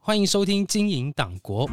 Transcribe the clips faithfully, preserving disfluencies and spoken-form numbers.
欢迎收听经营党国。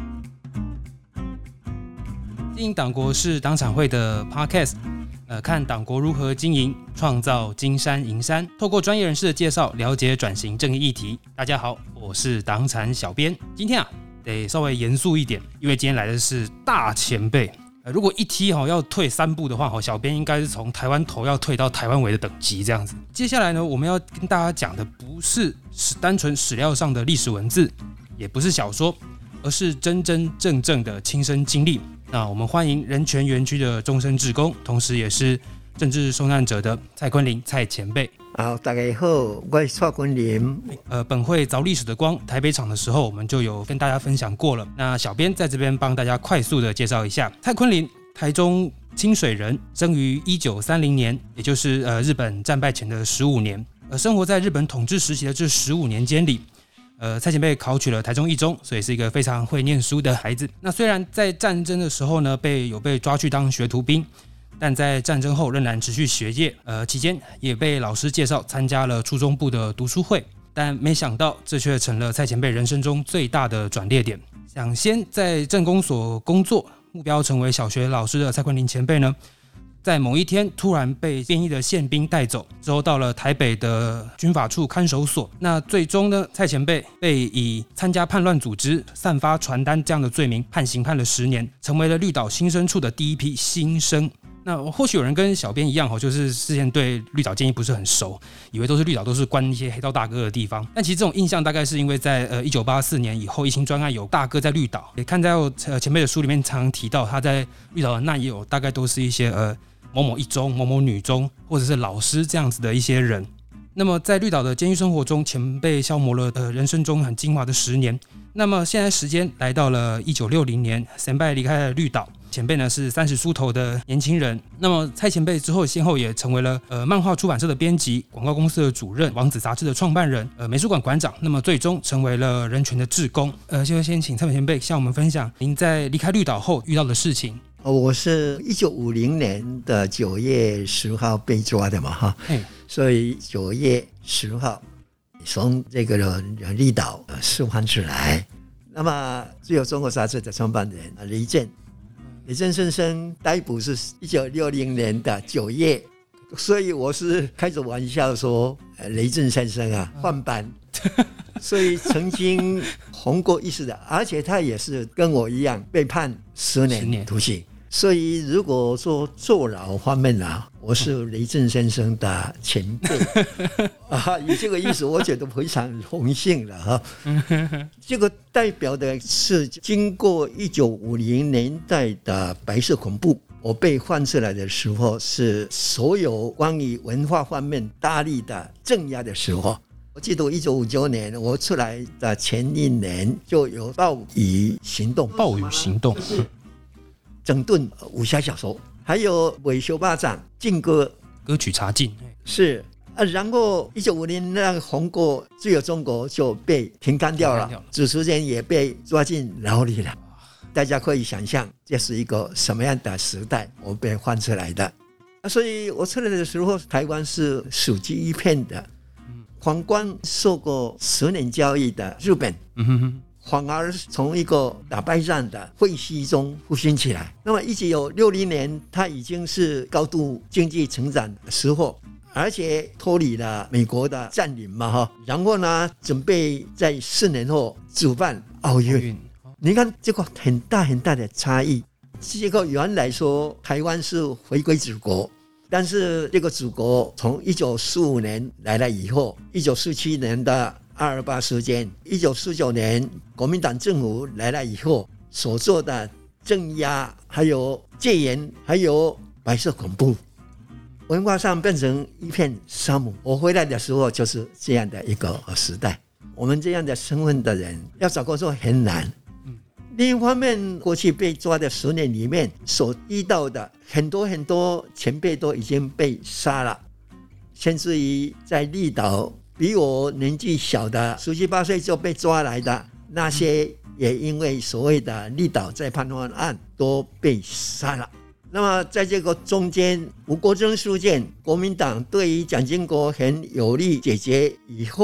经营党国是党产会的 podcast， 呃，看党国如何经营，创造金山银山。透过专业人士的介绍，了解转型正义议题。大家好，我是党产小编。今天啊，得稍微严肃一点，因为今天来的是大前辈。呃、如果一梯、哦、要退三步的话，小编应该是从台湾头要退到台湾尾的等级这样子。接下来呢，我们要跟大家讲的不是单纯史料上的历史文字，也不是小说，而是真真正正的亲身经历。那我们欢迎人权园区的终身志工，同时也是政治受难者的蔡坤林蔡前辈。 好，大家好，我是蔡坤林。 呃，本会凿历史的光台北场的时候，我们就有跟大家分享过了。那小编在这边帮大家快速的介绍一下，蔡坤林，台中清水人，生于一九三零年，也就是呃日本战败前的十五年。呃，生活在日本统治时期的这十五年间里。呃，蔡前辈考取了台中一中，所以是一个非常会念书的孩子。那虽然在战争的时候呢，被有被抓去当学徒兵，但在战争后仍然持续学业。呃，期间也被老师介绍参加了初中部的读书会，但没想到这却成了蔡前辈人生中最大的转捩点。想先在政工所工作，目标成为小学老师的蔡坤林前辈呢，在某一天突然被便衣的宪兵带走，之后到了台北的军法处看守所。那最终呢，蔡前辈被以参加叛乱组织、散发传单这样的罪名判刑，判了十年，成为了绿岛新生处的第一批新生。那或许有人跟小编一样，就是之前对绿岛建议不是很熟，以为都是绿岛都是关一些黑道大哥的地方。但其实这种印象大概是因为在呃一九八四年以后，一心专案有大哥在绿岛，也看在呃前辈的书里面常常提到，他在绿岛的难也有大概都是一些呃。某某一中、某某女中，或者是老师这样子的一些人。那么在绿岛的监狱生活中，前辈消磨了、呃、人生中很精华的十年。那么现在时间来到了一九六零年，前辈离开了绿岛，前辈呢是三十出头的年轻人。那么蔡前辈之后先后也成为了、呃、漫画出版社的编辑、广告公司的主任、王子杂志的创办人、呃、美术馆馆长。那么最终成为了人权的志工。呃，就先请蔡前辈向我们分享您在离开绿岛后遇到的事情。 我是一九五零年的九月十号被抓的嘛，哈，所以九月十号从这个绿岛释放出来。那么自由中国杂志的创办人雷震，雷震先生逮捕是一九六零年的九月，所以我是开着玩笑说，雷震先生啊换班。所以曾经红过一时的，而且他也是跟我一样被判十年徒刑。所以如果说坐牢方面啊，我是雷震先生的前辈啊，以这个意思，我觉得非常荣幸了哈。这个代表的是经过一九五零年代的白色恐怖，我被放出来的时候，是所有关于文化方面大力的镇压的时候。我记得一九五九年我出来的前一年就有暴雨行动， 暴雨行动。 整顿武侠小说，还有韦修巴掌禁歌歌曲查禁是、啊、然后一九五零那个红过自由中国就被停刊掉了，主持人也被抓进牢里了。大家可以想象这是一个什么样的时代我被换出来的、啊、所以我出来的时候台湾是死寂一片的，皇冠受过十年教育的日本、嗯哼哼反而从一个打败仗的废墟中复兴起来。那么一九六零年它已经是高度经济成长的时候，而且脱离了美国的占领嘛哈，然后呢准备在四年后主办奥运。你看这个很大很大的差异。这个原来说台湾是回归祖国，但是这个祖国从一九四五年来了以后，一九四七年的二二八事件，一九四九年国民党政府来了以后所做的镇压，还有戒严，还有白色恐怖，文化上变成一片沙漠。我回来的时候就是这样的一个时代，我们这样的身份的人要找工作很难。另一方面，过去被抓的十年里面所遇到的很多很多前辈都已经被杀了，甚至于在绿岛比我年纪小的十七八岁就被抓来的那些，也因为所谓的绿岛再叛乱案都被杀了。那么在这个中间，吴国桢事件，国民党对于蒋经国很有力解决以后，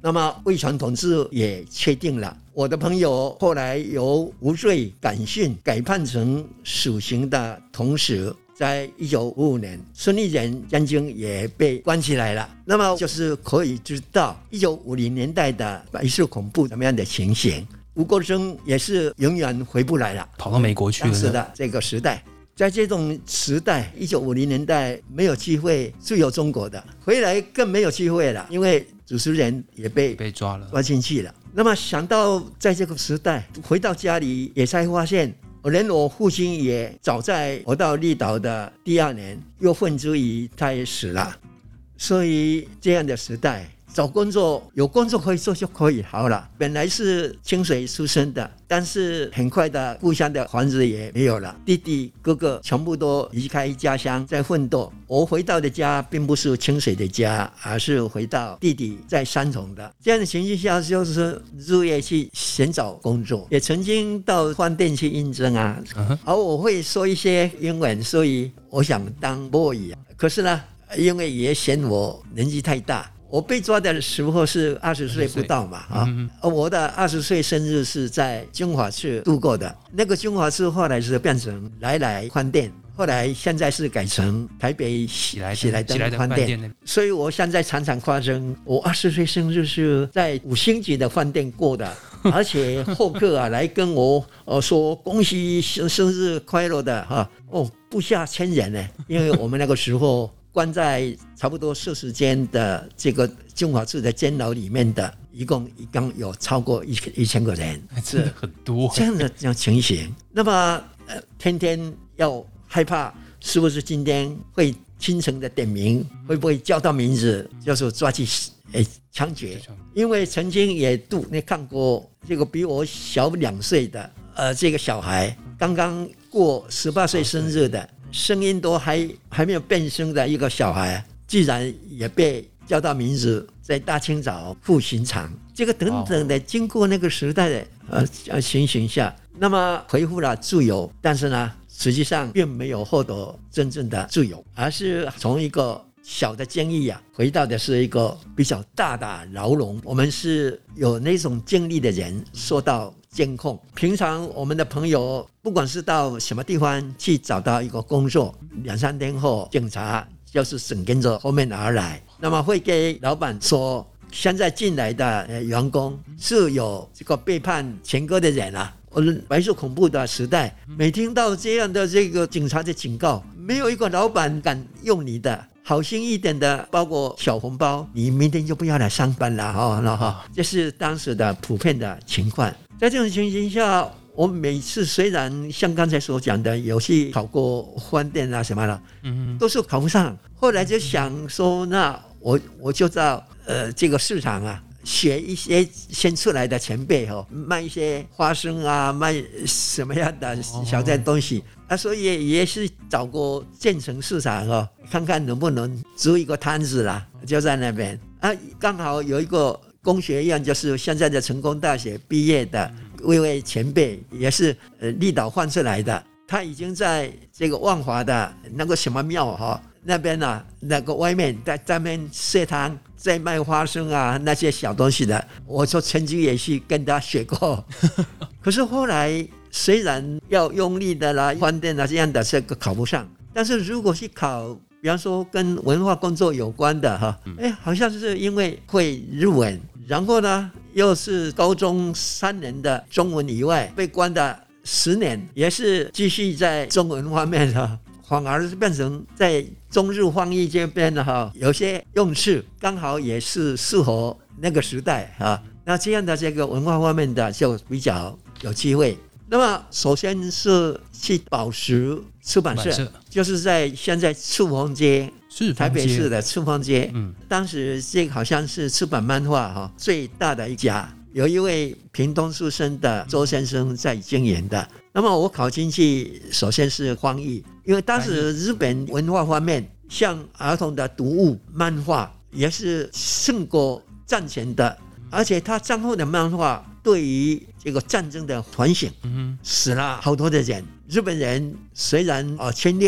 那么魏传统治也确定了。我的朋友后来由无罪改训改判成死刑的同时，在一九五五年孙立人将军也被关起来了。那么就是可以知道一九五零年代的白色恐怖怎么样的情形。吴国桢也是永远回不来了， 跑到美国去了。 当时的这个时代，在这种时代一九五零年代没有机会自由中国的，回来更没有机会了，因为主持人也被被抓了抓进去了。那么想到在这个时代回到家里，也才发现连我父亲也早在我到绿岛的第二年又愤之于他也死了。所以这样的时代找工作有工作可以做就可以好了。本来是清水出生的，但是很快的故乡的房子也没有了，弟弟哥哥全部都离开家乡在奋斗。我回到的家并不是清水的家，而是回到弟弟在三重的。这样的情形下，就是入夜去寻找工作，也曾经到饭店去应征啊。uh-huh. 而我会说一些英文，所以我想当 boy 啊。可是呢，因为也嫌我年纪太大。我被抓的时候是二十岁不到嘛，啊，嗯嗯，我的二十岁生日是在金华市度过的。那个金华市后来是变成来来饭店，后来现在是改成台北喜来喜来登饭店。所以我现在常常夸张，我二十岁生日是在五星级的饭店过的，而且后客啊来跟我呃说恭喜生日快乐的哈，哦，不下千人呢，因为我们那个时候。关在差不多四十间的这个金华市的监牢里面的，一共一共有超过一一千个人， 真的很多这样的这样情形。那么、呃、天天要害怕，是不是今天会清晨的点名，会不会叫到名字，就是抓去诶枪决？因为曾经也度你看过这个比我小两岁的呃这个小孩，刚刚过十八岁生日的。声音都还还没有变声的一个小孩，居然也被叫到名字，在大清早赴刑场。这个等等的，经过那个时代的呃情形下，那么恢复了自由，但是呢，实际上并没有获得真正的自由，而是从一个小的监狱啊，回到的是一个比较大的牢笼。我们是有那种经历的人受到监控。平常我们的朋友不管是到什么地方去找到一个工作，两三天后警察就是紧跟着后面而来，那么会给老板说现在进来的员工是有这个背叛前科的人啊。我们白色恐怖的时代，每听到这样的这个警察的警告，没有一个老板敢用你的。好心一点的，包括小红包，你明天就不要来上班了哦，这是当时的普遍的情况。在这种情形下，我每次虽然像刚才所讲的有去考过饭店啊什么的，嗯，都是考不上。后来就想说，那我我就到呃这个市场啊，学一些先出来的前辈哦，卖一些花生啊，卖什么样的小件东西。啊，所以也是找过建成市场哦，看看能不能租一个摊子啦，就在那边啊。刚好有一个工学院，就是现在的成功大学毕业的一位前辈，也是呃绿岛换出来的，他已经在这个万华的那个什么庙哈、哦、那边啊，那个外面在在那边设摊，在卖花生啊那些小东西的。我说曾经也去跟他学过，可是后来。虽然要用力的啦，饭店啊这样的这个考不上，但是如果去考，比方说跟文化工作有关的哈，哎，好像是因为会日文，然后呢又是高中三年的中文以外，被关的十年，也是继续在中文方面哈，反而是变成在中日翻译这边的哈，有些用词刚好也是适合那个时代啊。那这样的这个文化方面的就比较有机会。那么首先是去宝石出版社，版社就是在现在赤峰街，台北市的赤峰街、嗯、当时这个好像是出版漫画、哦、最大的一家，有一位屏东出身的周先生在经营的。那么我考进去首先是翻译，因为当时日本文化方面像儿童的读物漫画也是胜过战前的，而且他战后的漫画对于这个战争的反省，死了好多的人。日本人虽然啊侵略，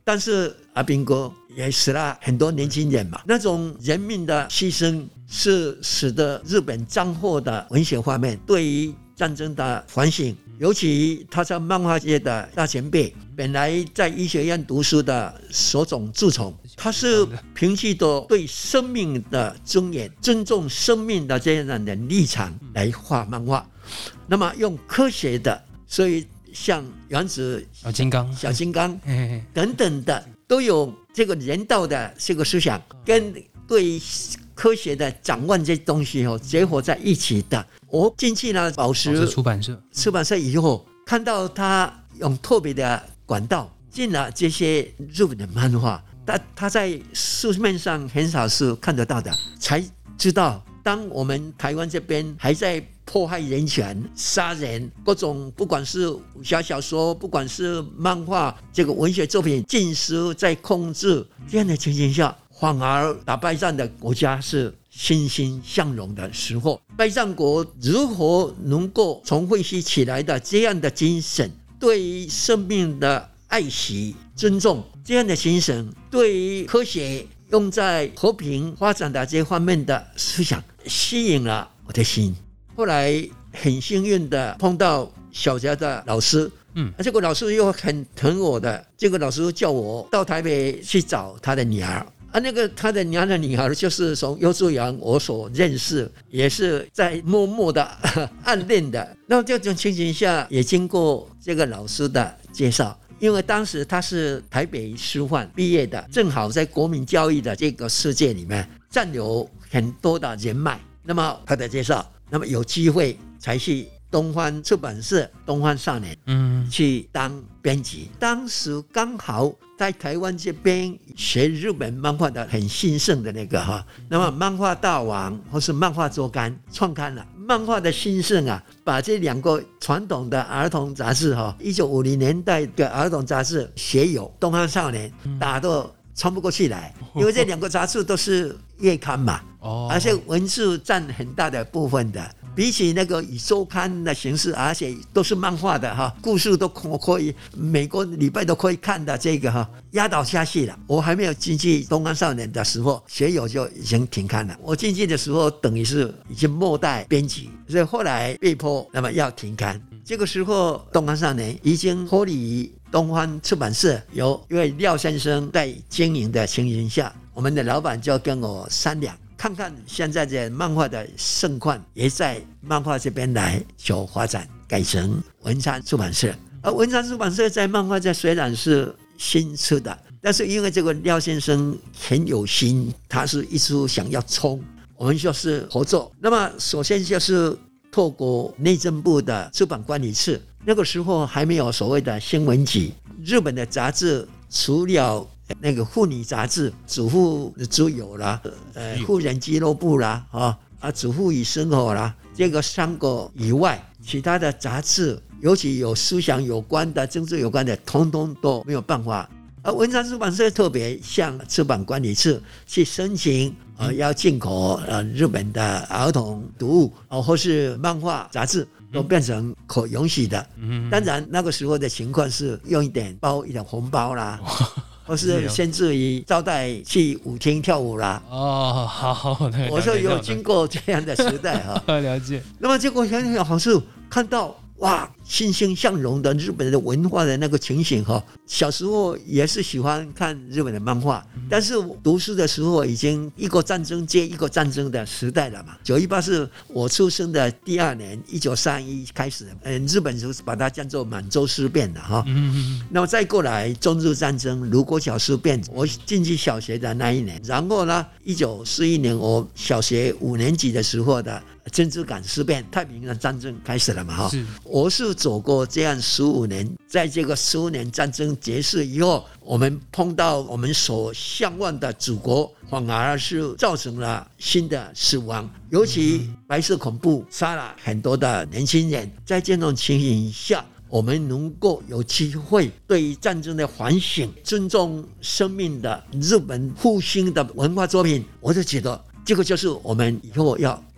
但是阿兵哥也死了很多年轻人嘛，那种人命的牺牲是使得日本战后的文学方面对于战争的反省，尤其他在漫画界的大前辈，本来在医学院读书的手冢治虫，他是凭借着对生命的尊严、尊重生命的这样的立场来画漫画。那么用科学的，所以像原子小金刚、 小金刚等等的，都有这个人道的这个思想，跟对科学的掌握这东西哦结合在一起的。我进去了宝石出版社， 出版社以后，看到他用特别的管道进了这些日本的漫画，他他在书面上很少是看得到的，才知道当我们台湾这边还在迫害人权、杀人，各种不管是武侠小说，不管是漫画，这个文学作品禁食在控制这样的情形下，反而打败仗的国家是欣欣向荣的时候。败仗国如何能够重恢复起来的这样的精神，对于生命的爱惜、尊重这样的精神，对于科学用在和平发展的这方面的思想，吸引了我的心。后来很幸运的碰到小学的老师，嗯，这个老师又很疼我的，这个老师叫我到台北去找他的女儿。啊，那个他的娘的女儿就是从幼稚园我所认识，也是在默默的暗恋的。那这种情形下，也经过这个老师的介绍，因为当时他是台北师范毕业的，正好在国民教育的这个世界里面占有很多的人脉。那么他的介绍，那么有机会才去东方出版社东方少年嗯，去当编辑。当时刚好在台湾这边学日本漫画的很兴盛的那个哈，那么漫画大王或是漫画周刊创刊了，漫画的兴盛啊，把这两个传统的儿童杂志哈，一九五零年代的儿童杂志学友东方少年打得穿不过去来，因为这两个杂志都是月刊嘛，而且文字占很大的部分的，比起那个以周刊的形式，而且都是漫画的哈，故事都可以每个礼拜都可以看的，这个哈压倒下去了。我还没有进去东方少年的时候，学友就已经停刊了。我进去的时候，等于是已经末代编辑，所以后来被迫那么要停刊。这个时候，东方少年已经脱离东方出版社，由一位廖先生在经营的情形下，我们的老板就跟我商量，看看现在的漫画的盛况也在漫画这边来就发展，改成文昌出版社。而文昌出版社在漫画界虽然是新出的，但是因为这个廖先生很有心，他是一直想要冲，我们就是合作。那么首先就是透过内政部的出版管理处，那个时候还没有所谓的新闻局，日本的杂志除了那个妇女杂志主妇之友啦，呃，妇人俱乐部啦，啊啊，主妇与生活啦，这个三个以外，其他的杂志，尤其有思想有关的、政治有关的，通通都没有办法。而文昌出版社特别向出版管理处去申请，呃，要进口呃日本的儿童读物，哦，或是漫画杂志，都变成可允许的。当然那个时候的情况是用一点包一点红包啦。或是甚至于招待去舞厅跳舞啦。 哦，好好的， 我说有经过这样的时代哈。 了解。 那么结果很有好处，看到哇，欣欣向荣的日本的文化的那个情形哈。小时候也是喜欢看日本的漫画，但是读书的时候已经一个战争接一个战争的时代了嘛。九一八是我出生的第二年，一九三一开始，嗯，日本就是把它叫做满洲事变的哈。嗯，那么再过来中日战争、卢沟桥事变，我进去小学的那一年，然后呢，一九四一年我小学五年级的时候的珍珠港事变，太平洋战争开始了嘛哈。我是走过这样十五年，在这个十五年战争结束以后，我们碰到我们所向往的祖国，反而是造成了新的死亡，尤其白色恐怖杀了很多的年轻人。在这种情形下，我们能够有机会对于战争的反省、尊重生命的日本复兴的文化作品，我就觉得这个就是我们以后要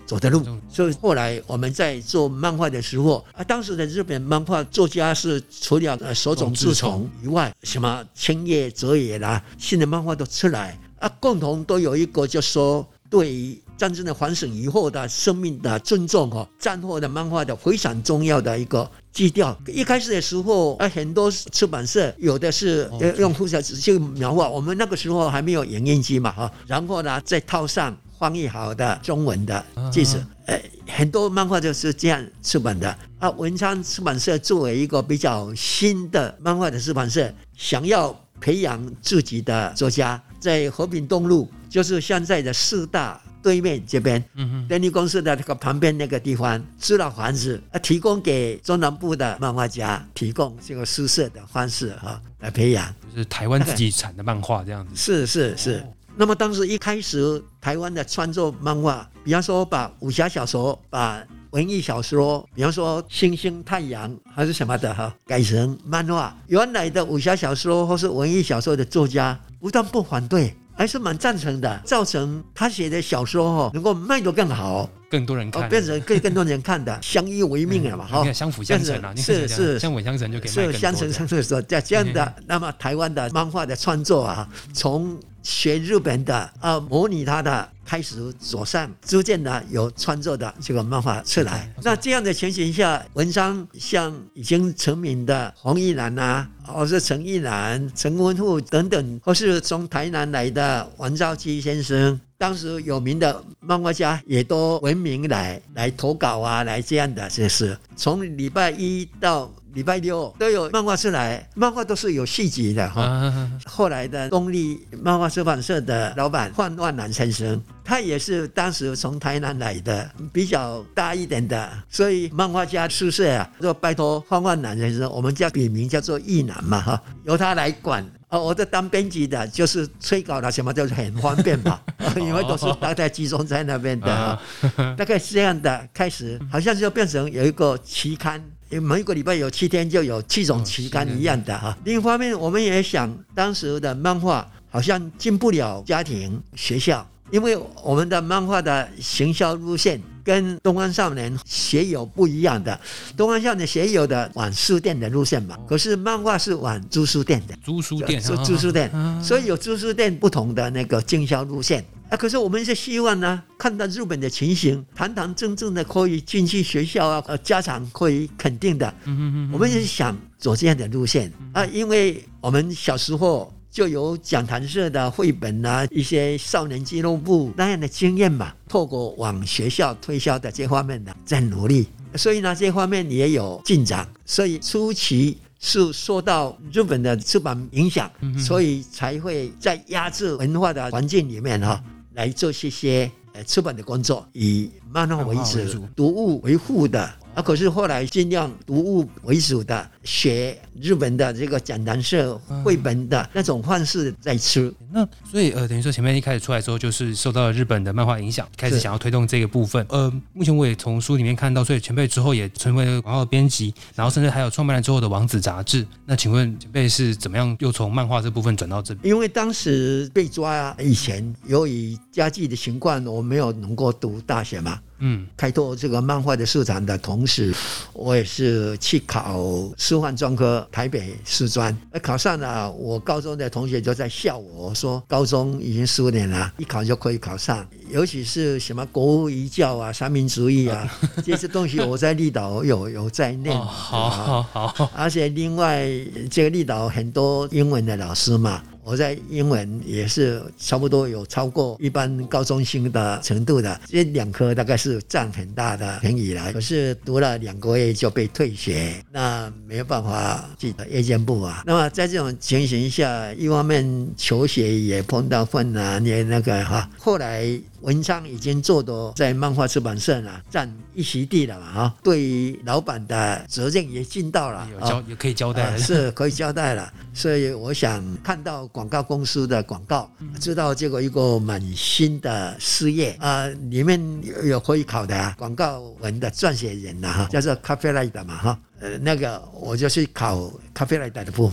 走的路。所以后来我们在做漫画的时候啊，当时的日本漫画作家是除了呃手冢治虫以外，什么千叶哲也啦，新的漫画都出来啊，共同都有一个就说对于战争的反省以后的生命的尊重哦，战后的漫画的非常重要的一个基调。一开始的时候啊，很多出版社有的是用复杂纸去描画，我们那个时候还没有影印机嘛哈，然后呢再套上翻译好的中文的句子，呃，很多漫画就是这样出版的啊。文昌出版社作为一个比较新的漫画的出版社，想要培养自己的作家，在和平东路，就是现在的四大对面这边，电力公司的那个旁边那个地方租了房子，提供给中南部的漫画家提供这个宿舍的方式哈，来培养， 就是台湾自己产的漫画这样子。 是是是。哦，那么当时一开始台湾的创作漫画，比方说把武侠小说、把文艺小说，比方说星星太阳还是什么的哈，改成漫画。原来的武侠小说或是文艺小说的作家不但不反对，还是蛮赞成的，造成他写的小说能够卖得更好， 更多人看， 哦，变成更更多人看的，相依为命了嘛哈， 嗯，相辅相成啊， 是是相辅相成就可以卖更多的， 是相成相成的这样的。嗯，那么台湾的漫画的创作啊，从学日本的啊，模拟他的开始走上，逐渐的有创作的这个漫画出来。那这样的情形下，文章像已经成名的黄义南啊，或是陈义南、陈文富等等，或是从台南来的王兆基先生，当时有名的漫画家也都闻名来来投稿啊，来这样的，就是从礼拜一到礼拜六都有漫画出来，漫画都是有续集的哈。啊，后来的东立漫画出版社的老板范万南先生，他也是当时从台南来的，比较大一点的，所以漫画家宿舍啊，就拜托范万南先生，我们叫笔名叫做义南嘛哈，由他来管。哦，我的当编辑的，就是催稿了什么，就是很方便吧，因为都是大概集中在那边的，啊，大概是这样的。开始好像就变成有一个期刊，每一个礼拜有七天就有七种期刊一样的哈。另一方面，我们也想，当时的漫画好像进不了家庭、学校，因为我们的漫画的行销路线跟东方少年写友不一样的，东方少年写友的往书店的路线嘛，可是漫画是往租书店的， 租书店， 租书店，所以有租书店不同的那个经销路线。啊，可是我们是希望呢，看到日本的情形，堂堂正正的可以进去学校啊，呃，家长可以肯定的，我们是想走这样的路线啊，因为我们小时候就有讲谈社的绘本啊，一些少年俱乐部那样的经验嘛，透过往学校推销的这方面的在努力，所以呢，这方面也有进展。所以初期是受到日本的出版影响，所以才会在压制文化的环境里面哈，来做这些出版的工作，以漫画为主，读物为辅的。啊，可是后来尽量读物为主的，学日本的这个讲谈社绘本的那种方式在吃。 那所以呃，等于说前面一开始出来之后，就是受到了日本的漫画影响，开始想要推动这个部分。呃，目前我也从书里面看到，所以前辈之后也成为了广告编辑，然后甚至还有创办了之后的王子杂志。那请问前辈是怎么样又从漫画这部分转到这边？ 因为当时被抓以前，由于家境的情况，我没有能够读大学嘛。嗯，开拓这个漫画的市场的同时，我也是去考师范专科台北师专，考上了。我高中的同学就在笑我说，高中已经十年了，一考就可以考上。尤其是什么国务遗教啊、三民主义啊这些东西，我在立岛有有在念。哦， 好好好。 而且另外，这个立岛很多英文的老师嘛。我在英文也是差不多有超过一般高中生的程度的，这两科大概是占很大的便宜来。可是读了两个月就被退学，那没有办法去夜间部啊。那么在这种情形下，一方面求学也碰到困难，也那个哈。后来文昌已经做到在漫画出版社呢占一席地了嘛哈，对于老板的责任也尽到了， 有交也可以交代了， 呃、是可以交代了。所以我想看到广告公司的广告，知道这个一个蛮新的事业啊、呃，里面有可以考的、啊、广告文的撰写人呐、啊、哈，叫做 copywriter 嘛哈。呃，那个我就去考 copywriter 的部分，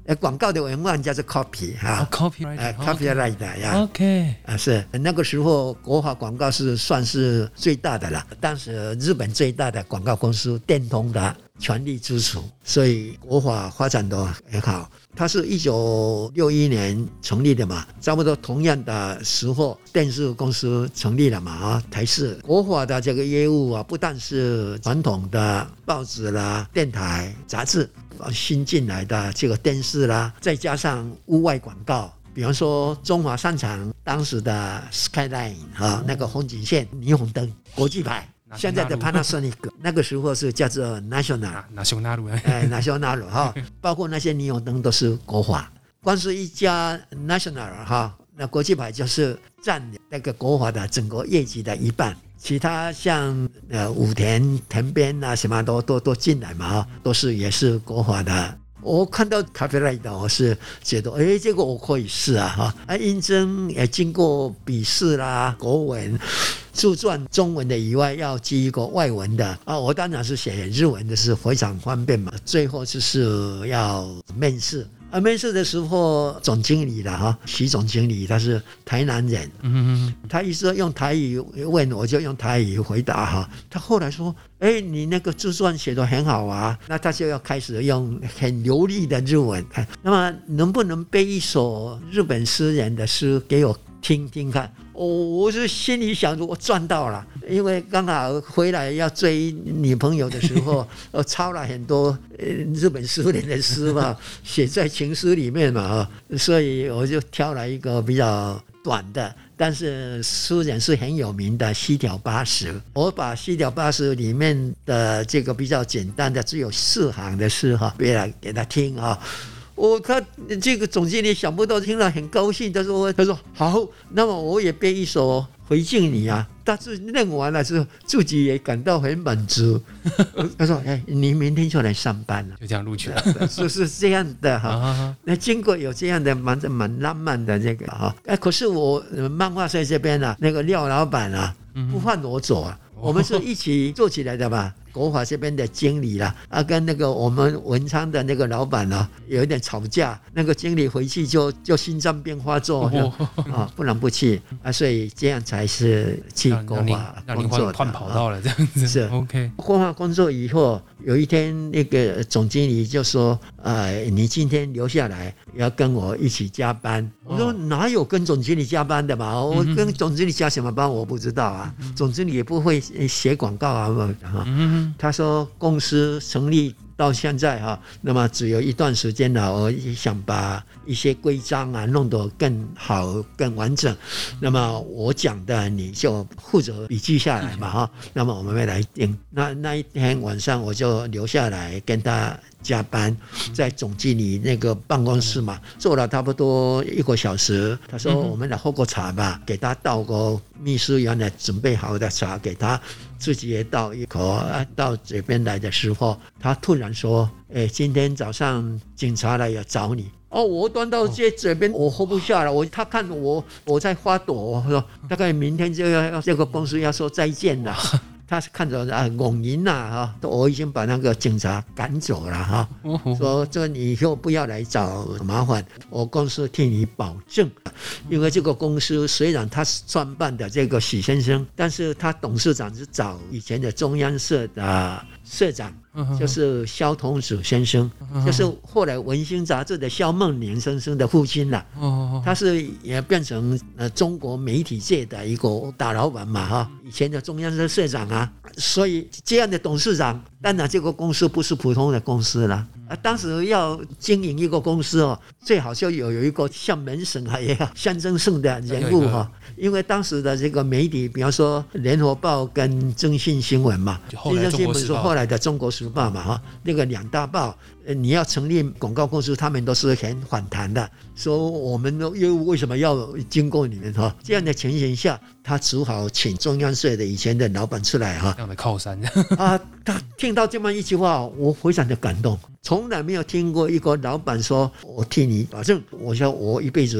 呃，广告的文案叫做 copy 哈、 哦、，copyright， 呃 copyright 呀 ，OK， 啊是那个时候国华广告是算是最大的了，当时日本最大的广告公司电通的全力支持，所以国华发展的很好。它是一九六一年成立的嘛，差不多同样的时候，电视公司成立了嘛啊，台视。国华的这个业务啊，不但是传统的报纸啦、电台、杂志，新进来的这个电视啦，再加上屋外广告。比方说中华商场当时的 Skyline 啊，那个风景线霓虹灯国际牌，现在的 Panasonic 那个时候是叫做 National National 哎 National 哈，包括那些霓虹灯都是国华，光是一家 National 哈，那国际牌就是占那个国华的整个业绩的一半。其他像呃武田、藤边啊什么都都都进来嘛，都是也是国华的。我看到 copyright 我是觉得哎，这个我可以试啊哈啊，应征也经过笔试啦，国文自传中文的以外要记一个外文的啊，我当然是写日文的是非常方便嘛。最后就是要面试啊，面试的时候总经理了哈，徐总经理他是台南人，嗯，他一直用台语问，我就用台语回答哈。他后来说，哎，你那个自传写得很好啊，那他就要开始用很流利的日文，那么能不能背一首日本诗人的诗给我听听看？哦，我是心里想着我赚到了，因为刚好回来要追女朋友的时候，我抄了很多呃日本诗人的诗嘛，写在情诗里面嘛，所以我就挑了一个比较短的。但是诗人是很有名的西条八十，我把西条八十里面的这个比较简单的只有四行的诗哈，背来给他听啊。我他这个总经理想不到，听了很高兴，他说他说好，那么我也背一首回敬你啊。他是念完了之后，自己也感到很满足。他说：“哎，你明天就来上班了。” 就这样录取了， 就是这样的哈。那经过有这样的蛮蛮浪漫的这个哈，哎，可是我漫画社这边啊，那个廖老板啊，不换我走啊，我们是一起做起来的吧。国华这边的经理啦，啊，跟那个我们文昌的那个老板啊，有一点吵架，那个经理回去就就心脏病发作，哦、啊，不能不去啊，所以这样才是去国华工作的， 换跑道了这样子。 是 OK。 国华工作以后，有一天那个总经理就说：“呃，你今天留下来，要跟我一起加班。哦”我说：“哪有跟总经理加班的嘛？我跟总经理加什么班我不知道啊，嗯、总经理也不会写广告啊。啊”嗯、他说：“公司成立到现在哈，那么只有一段时间了，我想把一些规章啊弄得更好、更完整。那么我讲的你就负责笔记下来嘛哈。那么我们会来定。那那一天晚上我就留下来跟他加班，在总经理那个办公室嘛，做了差不多一个小时。他说我们来喝个茶吧，给他倒个秘书原来准备好的茶给他，自己也倒一口。啊、到这边来的时候，他突然说：“哎，今天早上警察来要找你。”哦，我端到这这边，我喝不下了。我他看我我在发抖，我说大概明天就要这个公司要说再见了。他是看着啊，龚银呐哈，我已经把那个警察赶走了哈，说这你以后不要来找麻烦，我公司替你保证。因为这个公司虽然他是创办的这个许先生，但是他董事长是找以前的中央社的社长，就是萧同子先生，就是后来《文星》杂志的萧梦年先生的父亲了。他是也变成呃中国媒体界的一个大老板嘛哈，以前的中央社社长啊，所以这样的董事长，当然这个公司不是普通的公司了。啊，当时要经营一个公司哦，最好就有有一个像门神还也象征性的人物哈。因为当时的这个媒体，比方说《联合报》跟《征信新闻》嘛，《征信新闻》是后来的《中国时报》嘛哈，那个两大报，你要成立广告公司，他们都是很反弹的，说我们的业务为什么要经过你们哈？这样的情形下，他只好请中央社的以前的老板出来哈， 这样的靠山啊，他听到这么一句话，我非常的感动。从来没有听过一个老板说：“我替你保证，我说我一辈子要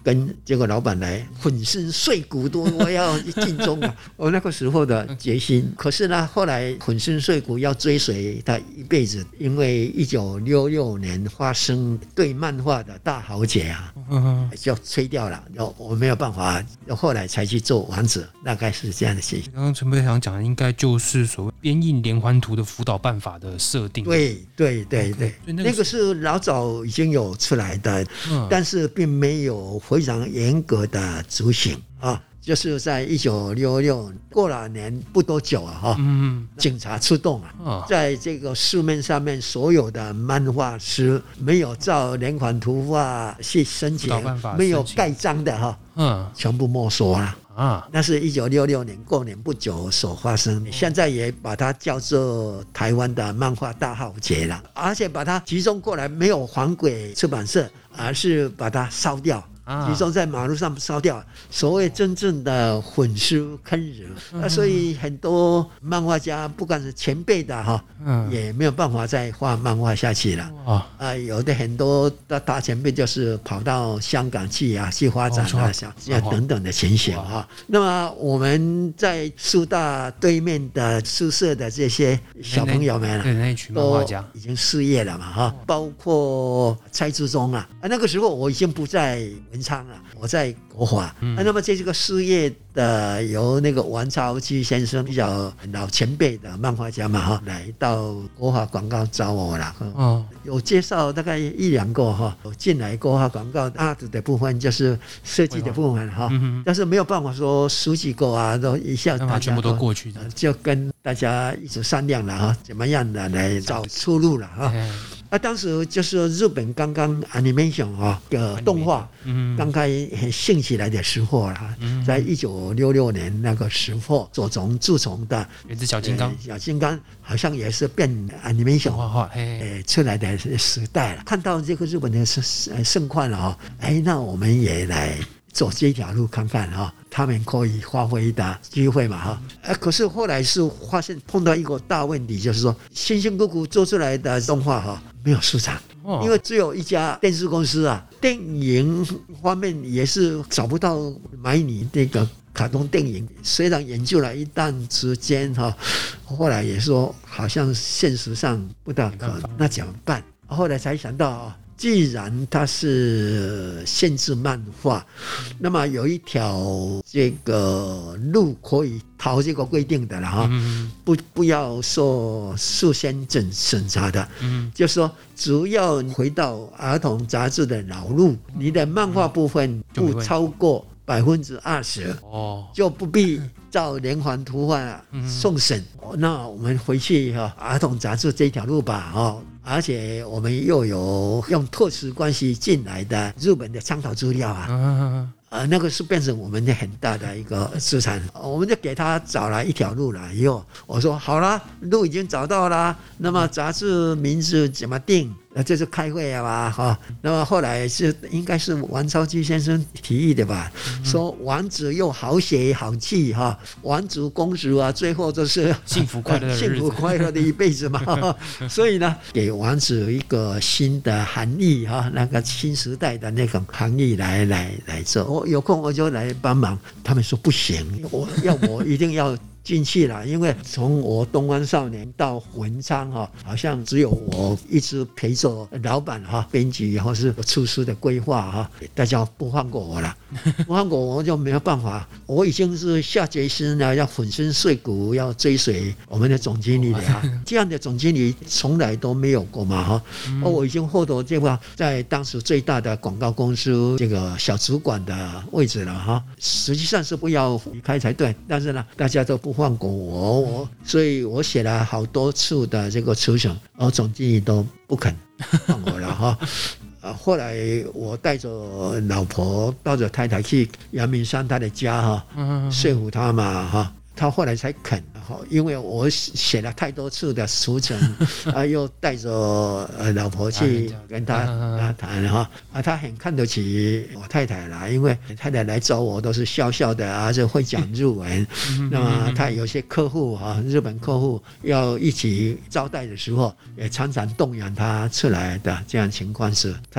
跟这个老板来粉身碎骨都我要尽忠啊！我那个时候的决心。可是呢，后来粉身碎骨要追随他一辈子，因为一九六六年发生对漫画的大豪杰啊，就吹掉了，我没有办法，后来才去做王子，大概是这样的情形。 刚刚陈培祥讲的应该就是所谓编印连环图的辅导办法的设定。 对对对对， okay, 那, 那个是老早已经有出来的，嗯、但是并没有非常严格的执行啊。就是在一九六六过了年不多久啊，哈、嗯，警察出动啊，哦、在这个市面上面所有的漫画师没有照连环图画去申请，没有盖章的哈，嗯，全部没收了。啊，那是一九六六年过年不久所发生的，现在也把它叫做台湾的漫画大浩劫了，而且把它集中过来，没有还给出版社，而是把它烧掉。集中在马路上烧掉，所谓真正的粉书坑儒、嗯啊、所以很多漫画家不管是前辈的哈、嗯，也没有办法再画漫画下去了、哦、啊，有的很多的大前辈就是跑到香港去啊，去发展啊，像、哦、等等的情形哈。那么我们在树大对面的宿舍的这些小朋友们、啊， 那那群漫画家已经失业了嘛哈，包括蔡志忠啊，啊那个时候我已经不在文昌了，我在国华、嗯啊、那么这个事业的由那个王朝基先生比较老前辈的漫画家嘛哈，来到国华广告找我了、哦、有介绍大概一两个哈，进来国华广告 art 的部分就是设计的部分哈、嗯，但是没有办法说十几个啊都一下大家全部都过去的， 就跟大家一起商量了哈，怎么样的来找出路了哈。啊，当时就是日本刚刚 animation 啊的动画刚刚兴起来的时候啦，在一九六六年那个时候，佐藤治虫的原子小金刚， 小金刚好像也是变 animation 画画出来的时代了。看到这个日本的盛况了啊，哎，那我们也来走这条路看看哈，他们可以发挥的机会嘛哈。呃，可是后来是发现碰到一个大问题，就是说辛辛苦苦做出来的动画哈没有市场，因为只有一家电视公司啊，电影方面也是找不到买你这个卡通电影。虽然研究了一段时间哈，后来也说好像现实上不大可能，那怎么办？后来才想到啊。既然它是限制漫画，那么有一条这个路可以逃这个规定的了哈，不不要受事先审查的，就是说只要回到儿童杂志的老路，你的漫画部分不超过百分之二十，就不必照连环图画送审。那我们回去哈，儿童杂志这条路吧哈。而且我们又有用特殊关系进来的日本的参考资料啊，呃，那个是变成我们的很大的一个资产，我们就给他找了一条路了。以后我说好了，路已经找到了，那么杂志名字怎么定？那这是开会了吧哈。那么后来是应该是王超基先生提议的吧，嗯、说王子又好写好记哈，王子公主啊，最后就是幸福快乐的日子幸福快乐的一辈子嘛。所以呢，给王子一个新的含义哈，那个新时代的那种含义来来来做。我有空我就来帮忙。他们说不行，我要我一定要进去了，因为从我东方少年到文昌哈，好像只有我一直陪着老板哈，编辑或是出书的规划哈，大家不放过我了，不放过我就没有办法。我已经是下决心了，要粉身碎骨，要追随我们的总经理了啊！这样的总经理从来都没有过嘛哈。哦，我已经获得这个在当时最大的广告公司这个小主管的位置了哈。实际上是不要离开才对，但是呢，大家都不放过我，我所以我写了好多次的这个辞呈，而总经理都不肯放我了哈。啊，后来我带着老婆，带着太太去阳明山他的家哈，说服他嘛哈，他后来才肯。因为我写了太多次的辞呈，啊，又带着老婆去跟他谈哈，啊，他很看得起我太太啦，因为太太来找我都是笑笑的，而且会讲日文。那么他有些客户哈，日本客户要一起招待的时候，也常常动员他出来的这样情况是，他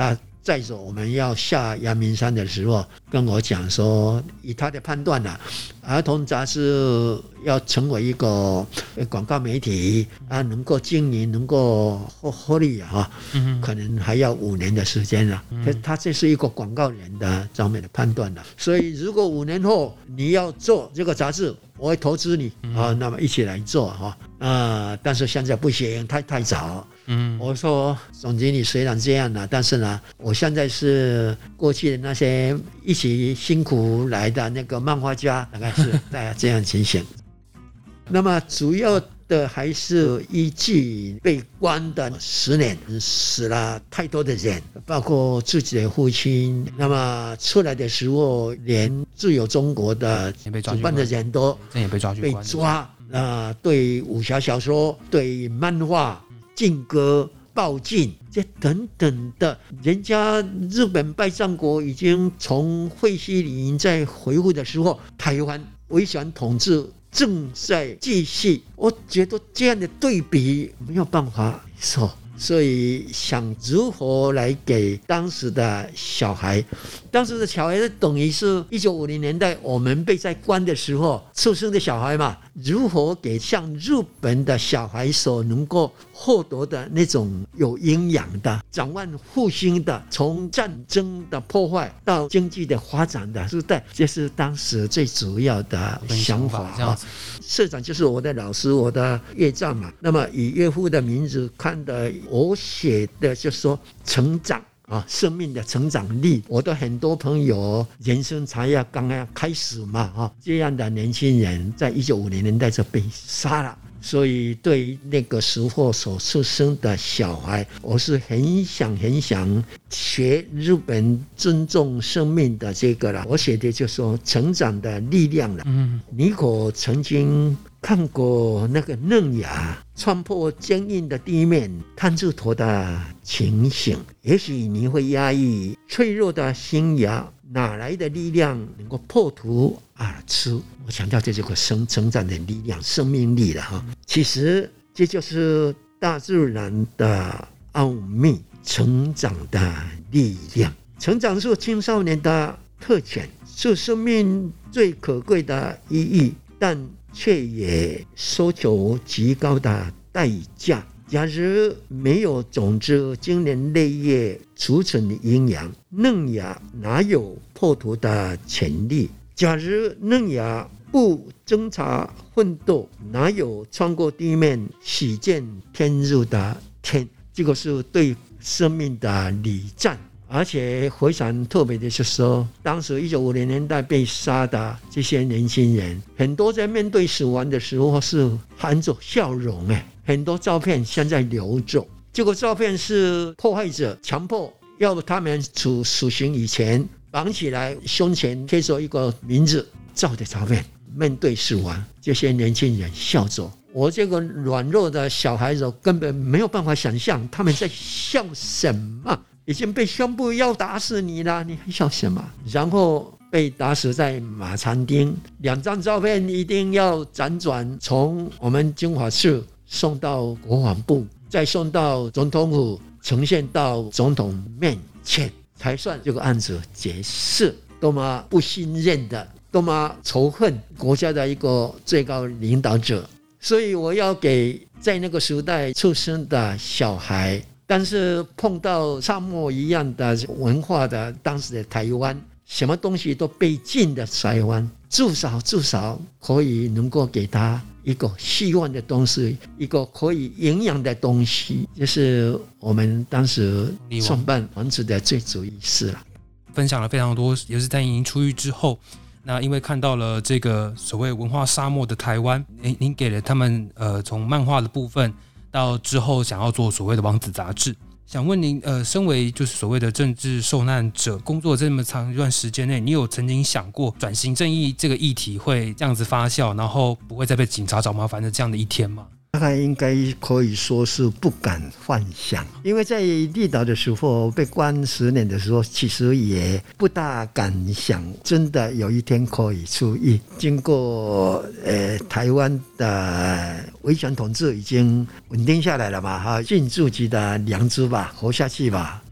载着我们要下阳明山的时候，跟我讲说，以他的判断啊，儿童杂志要成为一个广告媒体啊，能够经营，能够获获利啊，嗯、可能还要五年的时间了、啊。嗯、他这是一个广告人的方面的判断了、啊。所以，如果五年后你要做这个杂志，我会投资你啊，那么一起来做哈啊！但是现在不行，太太早。嗯，我说总经理虽然这样呢，但是呢，我现在是过去的那些一起辛苦来的那个漫画家，大概是大家这样情形。那么主要的还是依据被关的十年，死了太多的人，包括自己的父亲。那么出来的时候，连自由中国的主办的人都被抓。那对武侠小说、对漫画禁歌、报禁这等等的，人家日本败战国已经从会西里营在回复的时候，台湾威权统治正在继续，我觉得这样的对比没有办法说，所以想如何来给当时的小孩，当时的小孩等于是一九五零年代我们被在关的时候出生的小孩嘛，如何给像日本的小孩所能够获得的那种有营养的、展望复兴的，从战争的破坏到经济的发展的时代，这是当时最主要的想法。社长就是我的老师，我的岳丈嘛。那么以岳父的名字看的，我写的就是说成长啊，生命的成长力。我的很多朋友人生才要刚刚开始嘛，啊，这样的年轻人在一九五零年代就被杀了。所以对那个时候所出生的小孩，我是很想很想学日本尊重生命的这个了。我写的就说成长的力量了。嗯，你可曾经看过那个嫩芽穿破坚硬的地面探出头的情形？也许你会压抑脆弱的心芽，哪来的力量能够破土而出？我强调这就是生成长的力量、生命力了哈。其实这就是大自然的奥秘，成长的力量。成长是青少年的特权，是生命最可贵的意义，但却也收求极高的代价。假如没有种子经年累月储存营养，嫩芽哪有破土的潜力？假如嫩芽不挣扎奋斗，哪有穿过地面喜见天日的天？这个是对生命的礼赞。而且非常特别的是说，当时一九五零年代被杀的这些年轻人，很多在面对死亡的时候是含着笑容，哎，很多照片现在留着。这个照片是迫害者强迫要他们处死刑以前绑起来，胸前贴着一个名字照的照片，面对死亡，这些年轻人笑着。我这个软弱的小孩子根本没有办法想象他们在笑什么。已经被宣布要打死你了，你还笑什么？然后被打死在马场町，两张照片一定要辗转从我们金华市送到国防部，再送到总统府，呈现到总统面前，才算这个案子结束。多么不信任的，多么仇恨国家的一个最高领导者。所以我要给在那个时代出生的小孩，但是碰到沙漠一样的文化的当时的台湾，什么东西都被禁的台湾，至少至少可以能够给他一个希望的东西，一个可以营养的东西，就是我们当时创办王子的最主意识了。 分享了非常多，也是在您出狱之后，那因为看到了这个所谓文化沙漠的台湾，您您给了他们呃从漫画的部分到之后想要做所谓的王子杂志，想问您，呃，身为就是所谓的政治受难者，工作这么长一段时间内，你有曾经想过转型正义这个议题会这样子发酵，然后不会再被警察找麻烦的这样的一天吗？ 大概应该可以说是不敢幻想，因为在绿岛的时候被关十年的时候，其实也不大敢想真的有一天可以出狱。经过呃台湾的威权统治已经稳定下来了嘛，哈，尽自己的良知吧，活下去吧。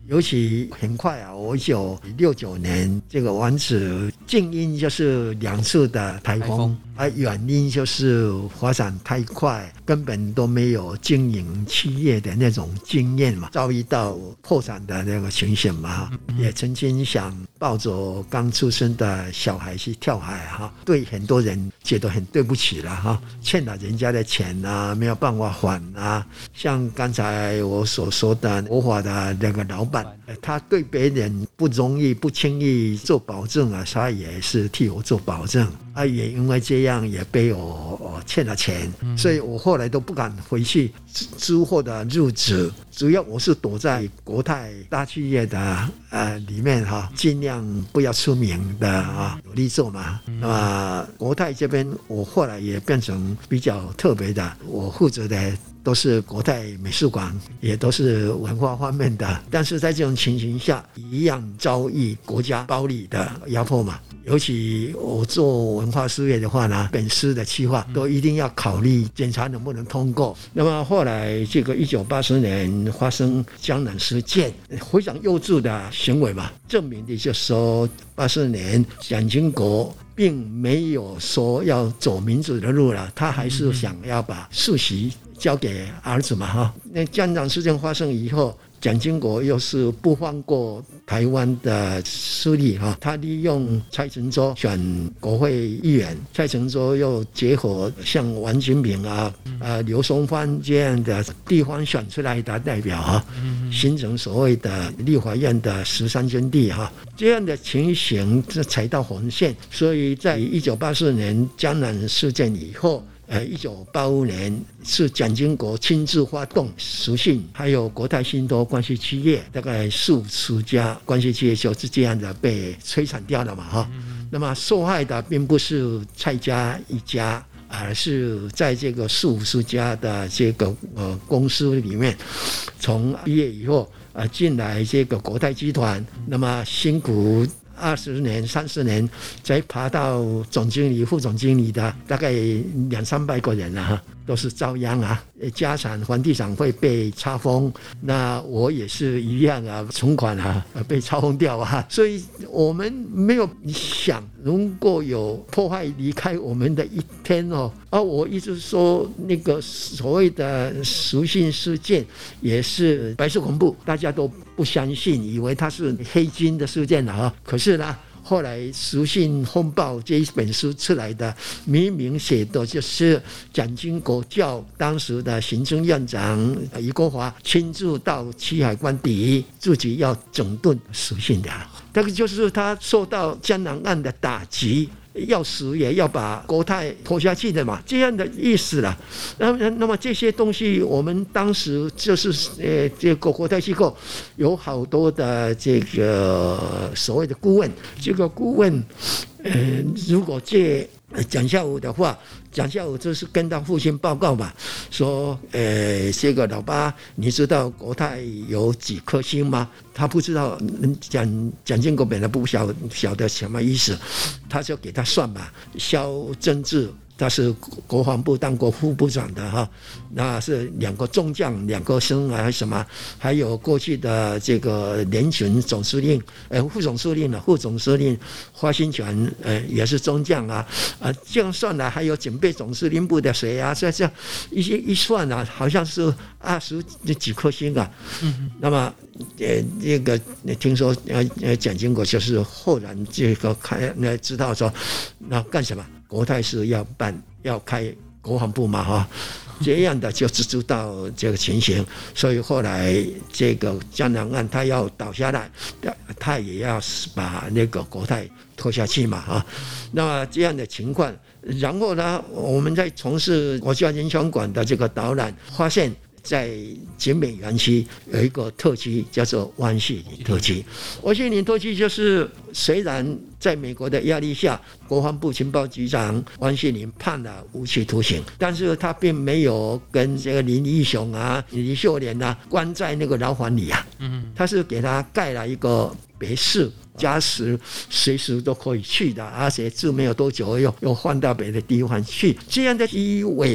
尤其很快啊，我一九六九年这个湾子近因就是两次的台风，而远因就是发展太快，根本都没有经营企业的那种经验嘛，遭遇到破产的那个情形嘛，嗯、也曾经想抱着刚出生的小孩去跳海哈，对很多人觉得很对不起了哈，欠了人家的钱啊，没有办法还啊，像刚才我所说的国华的那个老板，他对别人不容易不轻易做保证啊，他也是替我做保证啊，也因为这样也被我, 我欠了钱，所以我后来都不敢回去之后的日子，主要我是躲在国泰大企业的呃里面哈，尽量不要出名的啊，努力做嘛。那么国泰这边我后来也变成比较特别的，我负责的都是国泰美术馆，也都是文化方面的，但是在这种情形下一样遭遇国家暴力的压迫嘛。尤其我做文化事业的话呢，本司的企划都一定要考虑检查能不能通过。那么后来这个一九八四年发生江南事件，非常幼稚的行为嘛，证明的就是说八四年蒋经国并没有说要走民主的路了，他还是想要把世袭交给儿子嘛哈。那江南事件发生以后，蒋经国又是不放过台湾的势力哈，他利用蔡成洲选国会议员，蔡成洲又结合像王金平啊、呃刘松藩这样的地方选出来的代表哈，形成所谓的立法院的十三军地哈，这样的情形是踩到红线，所以在一九八四年江南事件以后。呃，一九八五年是蒋经国亲自发动实信，还有国泰信托关系企业，大概四五十家关系企业就是这样的被摧残掉了嘛哈。嗯、那么受害的并不是蔡家一家，而是在这个四五十家的这个呃公司里面，从毕业以后呃进来这个国泰集团，那么辛苦。二十年、三十年才爬到总经理、副总经理的，大概两三百个人啊，都是遭殃啊。家产、房地产会被查封，那我也是一样啊，存款啊被查封掉啊。所以我们没有想，如果有破坏离开我们的一天哦，啊，我一直说那个所谓的实信事件也是白色恐怖，大家都不相信，以为它是黑金的事件啊。可是呢，后来《实信风暴》这一本书出来的，明明写的就是蒋经国叫当时的行政院长俞国华亲自到七海关邸，自己要整顿实信的。这个就是他受到江南案的打击，要死也要把国泰拖下去的嘛，这样的意思了。那么，那么这些东西，我们当时就是呃，这个国泰机构有好多的这个所谓的顾问，这个顾问，呃，如果借蒋孝武的话，蒋孝武就是跟他父亲报告嘛，说，呃，这个老爸，你知道国泰有几颗星吗？他不知道，蒋蒋经国本来不晓晓得什么意思，他就给他算吧。萧正治他是国防部当过副部长的哈，那是两个中将，两个升啊什么，还有过去的这个联勤总司令，呃，副总司令了，副总司令花新全，呃，也是中将啊，啊，这样算来还有警备总司令部的谁啊？这这一些一算啊，好像是二十几颗星啊。嗯、那么，呃，这个听说呃呃，蒋经国就是后来这个开那知道说，那干什么？国泰是要办要开国防部嘛哈，这样的就知道这个情形，所以后来这个江南案他要倒下来，他也要把那个国泰拖下去嘛哈。那么这样的情况，然后呢，我们在从事国家人权馆的这个导览，发现在景美园区有一个特区叫做湾戏林特区。湾戏林特区就是虽然在美国的压力下，国防部情报局长湾戏林判了无期徒刑，但是他并没有跟这个林义雄啊、李秀莲啊关在那个牢房里啊，他是给他盖了一个别墅。家时随时都可以去的，而且住没有多久又又换到别的地方去，这样的以为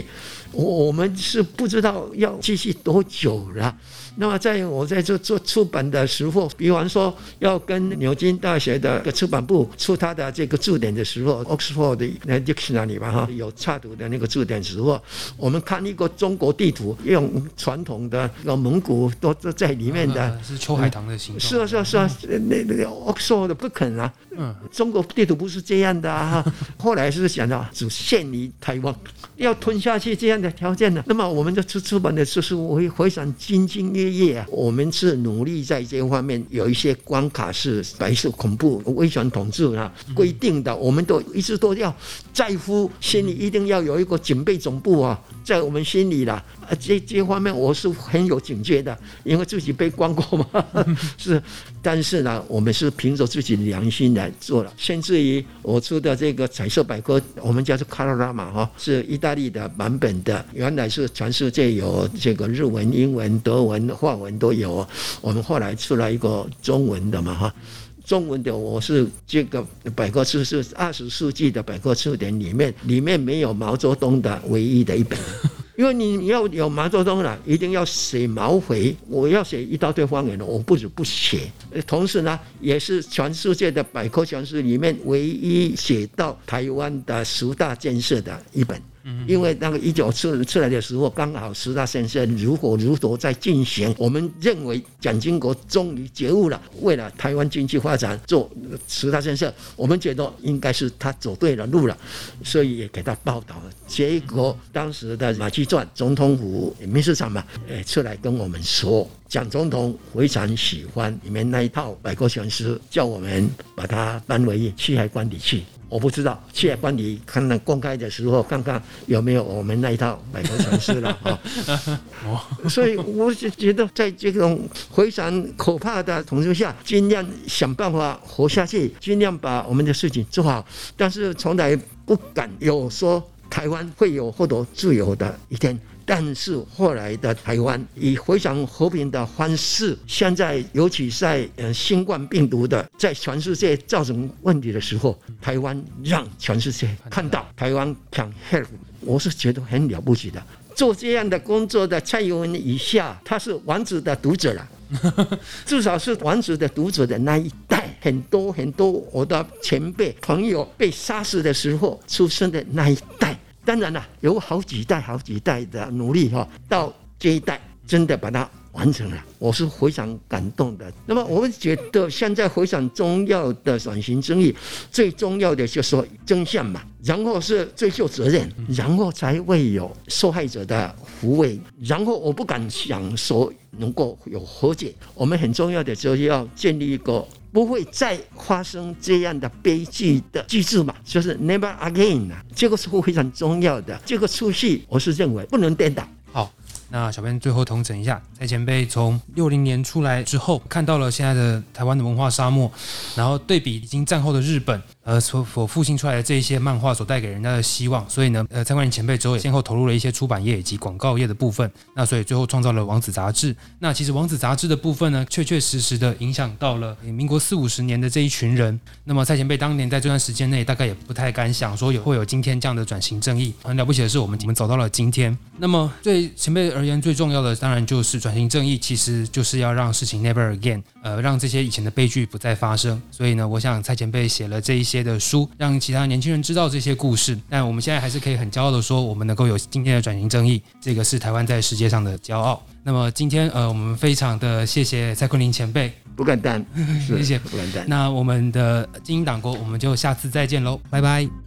我们是不知道要继续多久了。那么在我在做做出版的时候，比方说要跟牛津大学的出版部出他的这个注点的时候 ，Oxford 的 Dictionary 吧哈，有插图的那个注点时候，我们看一个中国地图，用传统的蒙古都都在里面的， 啊、是秋海棠的形状。 是啊是啊是啊，那那 Oxford 不肯啊，嗯，中国地图不是这样的啊。后来是想到只限于台湾，要吞下去这样的条件呢，那么我们的出出版的就是会非常兢兢业业啊。我们是努力在这方面有一些关卡是白色恐怖、威权统治啊规定的，我们都一直都要在乎，心里一定要有一个警备总部啊，在我们心里啦。啊，这这方面我是很有警觉的，因为自己被关过嘛，是。但是呢，我们是凭着自己良心来做了，甚至于我出的这个彩色百科，我们叫做 Colorama 哈，是意大利的版本的，原来是全世界有这个日文、英文、德文、法文都有，我们后来出了一个中文的嘛哈。中文的我是这个百科书是二十世纪的百科词典里面，里面没有毛泽东的唯一的一本。因为你要有毛泽东了，一定要写毛回，我要写一大堆方言的，我不止不写。同时呢，也是全世界的百科全书里面唯一写到台湾的十大建设的一本。因为那个一九出出来的时候，刚好十大建设如火如荼在进行，我们认为蒋经国终于觉悟了，为了台湾经济发展做十大建设，我们觉得应该是他走对了路了，所以也给他报道了。结果当时的马基传总统府秘书长嘛，出来跟我们说，蒋总统非常喜欢里面那一套百科全书，叫我们把它搬回七海官邸去。我不知道七海官邸看看公开的时候，看看有没有我们那一套百科全书了啊。所以我就觉得，在这种非常可怕的统治下，尽量想办法活下去，尽量把我们的事情做好，但是从来不敢有说台湾会有获得自由的一天。但是后来的台湾以非常和平的方式，现在尤其在呃新冠病毒的在全世界造成问题的时候，台湾让全世界看到台湾 can help， 我是觉得很了不起的。做这样的工作的蔡英文以下，他是王子的读者了。至少是王子的读者的那一代，很多很多我的前辈朋友被杀死的时候出生的那一代。当然了，有好几代好几代的努力哈，到这一代真的把它完成了，我是非常感动的。那么我们觉得现在非常重要的转型正义，最重要的就是说真相嘛，然后是追究责任，然后才会有受害者的抚慰，然后我不敢想说能够有和解。我们很重要的就是要建立一个不会再发生这样的悲剧的机制嘛，就是 never again 啊，这个是非常重要的。这个出戏我是认为不能颠倒。 好，那小编最后统整一下，蔡前辈从六零年出来之后，看到了现在的台湾的文化沙漠，然后对比已经战后的日本，呃，所复兴出来的这一些漫画所带给人家的希望，所以呢，呃，蔡冠霖前辈之后也先后投入了一些出版业以及广告业的部分，那所以最后创造了王子杂志。那其实王子杂志的部分呢，确确实实的影响到了民国四五十年的这一群人。那么蔡前辈当年在这段时间内，大概也不太敢想说有会有今天这样的转型正义。很了不起的是，我们我们走到了今天。那么对前辈而言，最重要的当然就是转型正义，其实就是要让事情 never again， 呃，让这些以前的悲剧不再发生。所以呢，我想蔡前辈写了这一些的书，让其他年轻人知道这些故事。但我们现在还是可以很骄傲的说，我们能够有今天的转型正义，这个是台湾在世界上的骄傲。那么今天呃，我们非常的谢谢蔡昆霖前辈， 不敢当， 谢谢， 不敢当。 那我们的精英党国，我们就下次再见喽，拜拜。